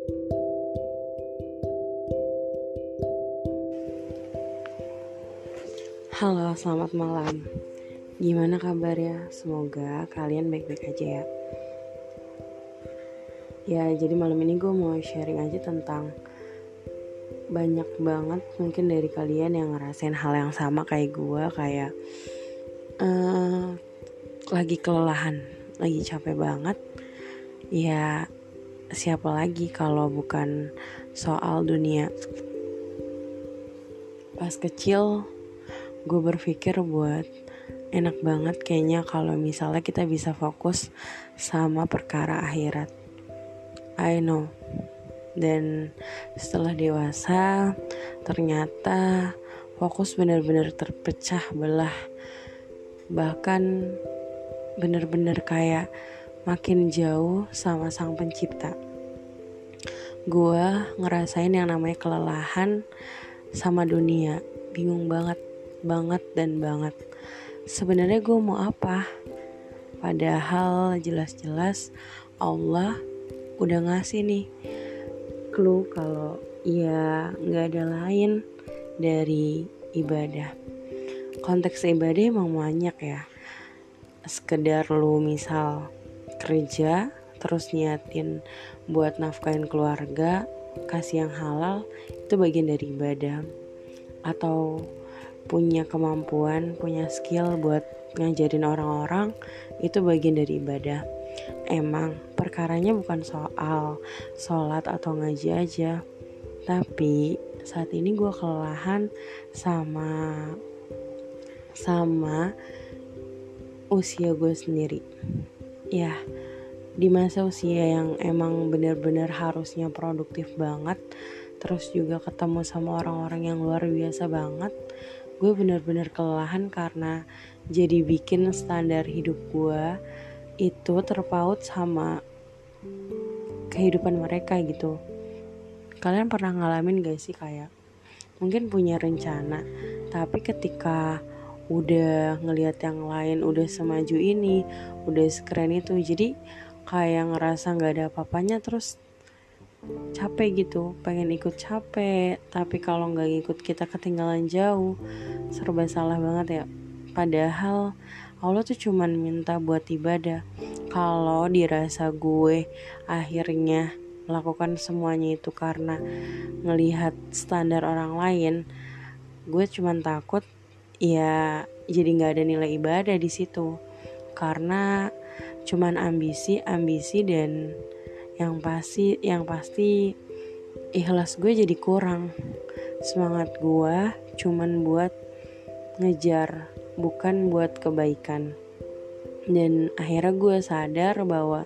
Halo, selamat malam. Gimana kabarnya? Semoga kalian baik-baik aja ya. Ya, jadi malam ini gue mau sharing aja tentang banyak banget mungkin dari kalian yang ngerasain hal yang sama kayak gue, kayak lagi kelelahan, lagi capek banget. Ya, siapa lagi kalau bukan soal dunia. Pas kecil gue berpikir buat enak banget kayaknya kalau misalnya kita bisa fokus sama perkara akhirat. I know. Dan setelah dewasa ternyata fokus benar-benar terpecah belah. Bahkan benar-benar kayak makin jauh sama sang pencipta. Gue ngerasain yang namanya kelelahan sama dunia. Bingung banget banget. Sebenarnya gue mau apa? Padahal jelas-jelas Allah udah ngasih nih clue kalau ya gak ada lain dari ibadah. Konteks ibadah emang banyak ya. Sekedar lu misal kerja terus niatin buat nafkahin keluarga, kasih yang halal, itu bagian dari ibadah. Atau punya kemampuan, punya skill buat ngajarin orang-orang, itu bagian dari ibadah. Emang perkaranya bukan soal sholat atau ngaji aja, tapi saat ini gue kelelahan sama usia gue sendiri. Ya, di masa usia yang emang benar-benar harusnya produktif banget, terus juga ketemu sama orang-orang yang luar biasa banget, gue benar-benar kelelahan karena jadi bikin standar hidup gue itu terpaut sama kehidupan mereka gitu. Kalian pernah ngalamin gak sih kayak mungkin punya rencana, tapi ketika udah ngelihat yang lain udah semaju ini, udah sekeren itu, jadi kayak ngerasa gak ada apa-apanya, terus capek gitu, pengen ikut capek, tapi kalau gak ikut kita ketinggalan jauh, serba salah banget ya. Padahal Allah tuh cuman minta buat ibadah. Kalau dirasa gue akhirnya melakukan semuanya itu karena ngelihat standar orang lain, gue cuman takut ya jadi gak ada nilai ibadah di situ. Karena cuman ambisi dan yang pasti ikhlas gue jadi kurang. Semangat gue cuman buat ngejar, bukan buat kebaikan. Dan akhirnya gue sadar bahwa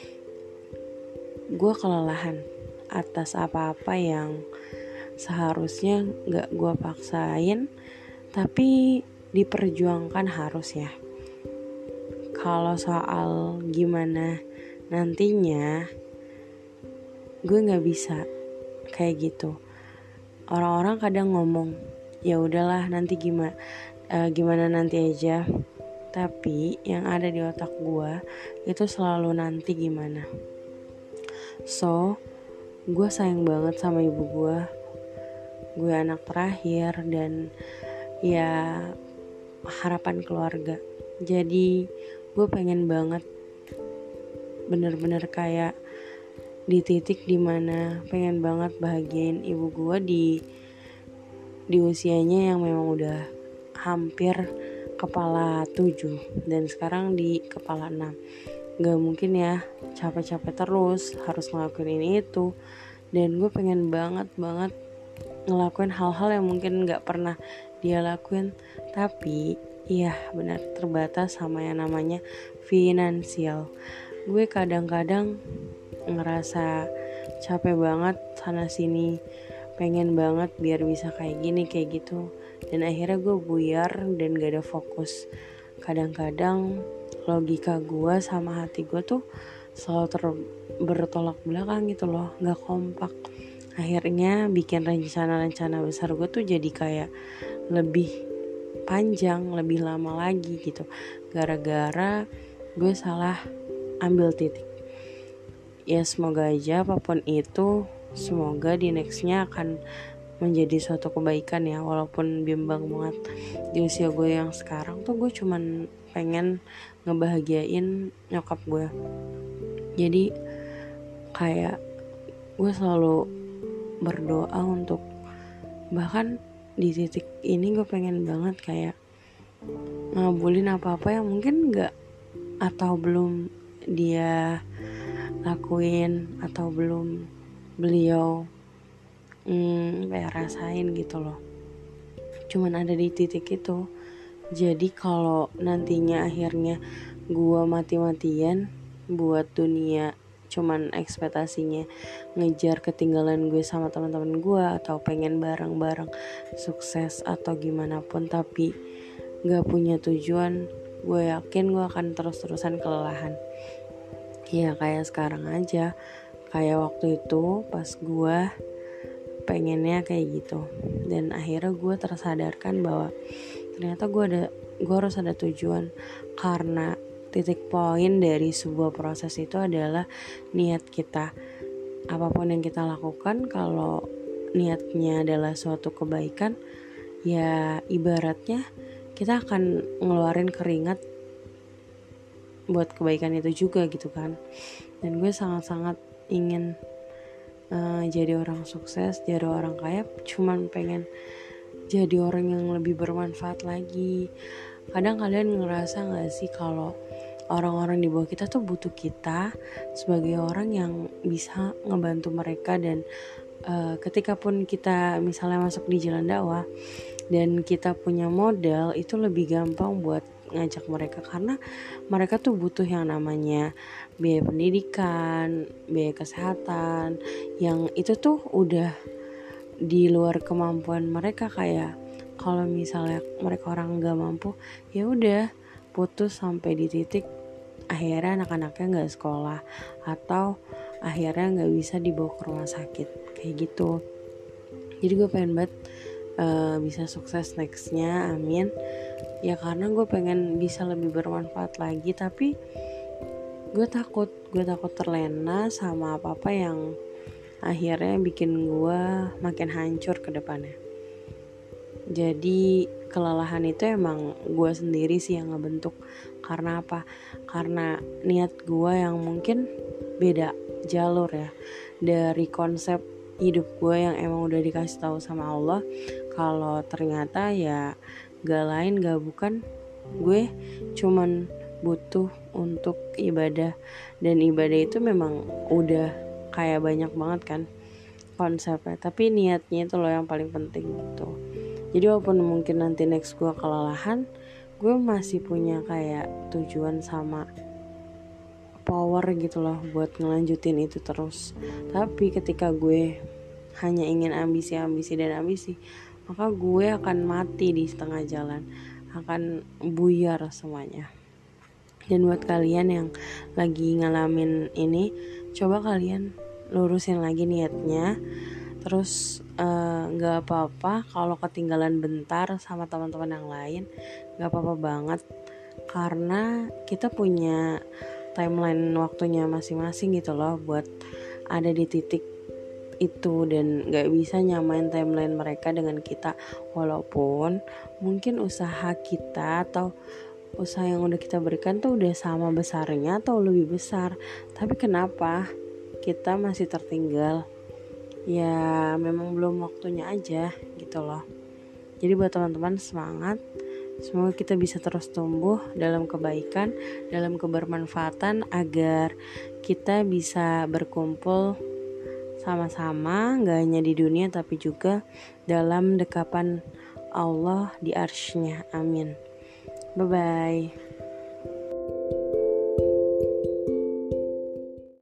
gue kelelahan atas apa-apa yang seharusnya gak gue paksain, tapi diperjuangkan harus ya. Kalau soal gimana nantinya, gue gak bisa kayak gitu. Orang-orang kadang ngomong, ya udahlah nanti gimana nanti aja. Tapi yang ada di otak gue itu selalu nanti gimana. So, gue sayang banget sama ibu gue. Gue anak terakhir dan ya harapan keluarga. Jadi gue pengen banget bener-bener kayak di titik dimana pengen banget bahagiain ibu gue di usianya yang memang udah hampir kepala 7 dan sekarang di kepala 6. Gak mungkin ya capek-capek terus harus ngelakuin ini itu. Dan gue pengen banget ngelakuin hal-hal yang mungkin gak pernah dia lakuin. Tapi iya benar terbatas sama yang namanya finansial. Gue kadang-kadang ngerasa capek banget sana sini, pengen banget biar bisa kayak gini kayak gitu, dan akhirnya gue buyar dan gak ada fokus. Kadang-kadang logika gue sama hati gue tuh selalu bertolak belakang gitu loh, gak kompak. Akhirnya bikin rencana-rencana besar gue tuh jadi kayak lebih panjang, lebih lama lagi gitu, gara-gara gue salah ambil titik. ya semoga aja apapun itu, semoga di nextnya akan menjadi suatu kebaikan ya. Walaupun bimbang banget di usia gue yang sekarang tuh, gue cuman pengen ngebahagiain nyokap gue. Jadi kayak gue selalu berdoa untuk, bahkan di titik ini gue pengen banget kayak ngabulin apa-apa yang mungkin gak atau belum dia lakuin, atau belum beliau kayak rasain gitu loh. Cuman ada di titik itu. Jadi kalau nantinya akhirnya gue mati-matian buat dunia, cuman ekspektasinya ngejar ketinggalan gue sama teman-teman gue, atau pengen bareng-bareng sukses atau gimana pun, tapi gak punya tujuan, gue yakin gue akan terus-terusan kelelahan. Ya kayak sekarang aja, kayak waktu itu pas gue pengennya kayak gitu, dan akhirnya gue tersadarkan bahwa ternyata gue harus ada tujuan. Karena titik poin dari sebuah proses itu adalah niat kita. Apapun yang kita lakukan, kalau niatnya adalah suatu kebaikan, ya ibaratnya kita akan ngeluarin keringat buat kebaikan itu juga gitu kan. Dan gue sangat-sangat ingin jadi orang sukses, jadi orang kaya, cuman pengen jadi orang yang lebih bermanfaat lagi. Kadang kalian ngerasa gak sih kalau orang-orang di bawah kita tuh butuh kita sebagai orang yang bisa ngebantu mereka. Dan ketika pun kita misalnya masuk di jalan dakwah dan kita punya modal, itu lebih gampang buat ngajak mereka, karena mereka tuh butuh yang namanya biaya pendidikan, biaya kesehatan, yang itu tuh udah di luar kemampuan mereka. Kayak kalau misalnya mereka orang nggak mampu, ya udah putus sampai di titik akhirnya anak-anaknya nggak sekolah, atau akhirnya nggak bisa dibawa ke rumah sakit kayak gitu. Jadi gue pengen banget bisa sukses nextnya, amin ya, karena gue pengen bisa lebih bermanfaat lagi. Tapi gue takut terlena sama apa-apa yang akhirnya bikin gue makin hancur ke depannya. Jadi kelelahan itu emang gue sendiri sih yang ngebentuk. Karena apa? Karena niat gue yang mungkin beda jalur ya dari konsep hidup gue yang emang udah dikasih tahu sama Allah. Kalau ternyata ya gak lain gak bukan, gue cuman butuh untuk ibadah. Dan ibadah itu memang udah kayak banyak banget kan konsepnya, tapi niatnya itu loh yang paling penting gitu. Jadi walaupun mungkin nanti next gue kelelahan, gue masih punya kayak tujuan sama power gitu loh buat ngelanjutin itu terus. Tapi ketika gue hanya ingin ambisi, maka gue akan mati di setengah jalan, akan buyar semuanya. Dan buat kalian yang lagi ngalamin ini, coba kalian lurusin lagi niatnya. Terus gak apa-apa kalau ketinggalan bentar sama teman-teman yang lain, gak apa-apa banget, karena kita punya timeline waktunya masing-masing gitu loh buat ada di titik itu, dan gak bisa nyamain timeline mereka dengan kita. Walaupun mungkin usaha kita atau usaha yang udah kita berikan tuh udah sama besarnya atau lebih besar, tapi kenapa kita masih tertinggal? Ya memang belum waktunya aja gitu loh. Jadi buat teman-teman, semangat. Semoga kita bisa terus tumbuh dalam kebaikan, dalam kebermanfaatan, agar kita bisa berkumpul sama-sama, gak hanya di dunia tapi juga dalam dekapan Allah di arsy-Nya. Amin. Bye-bye.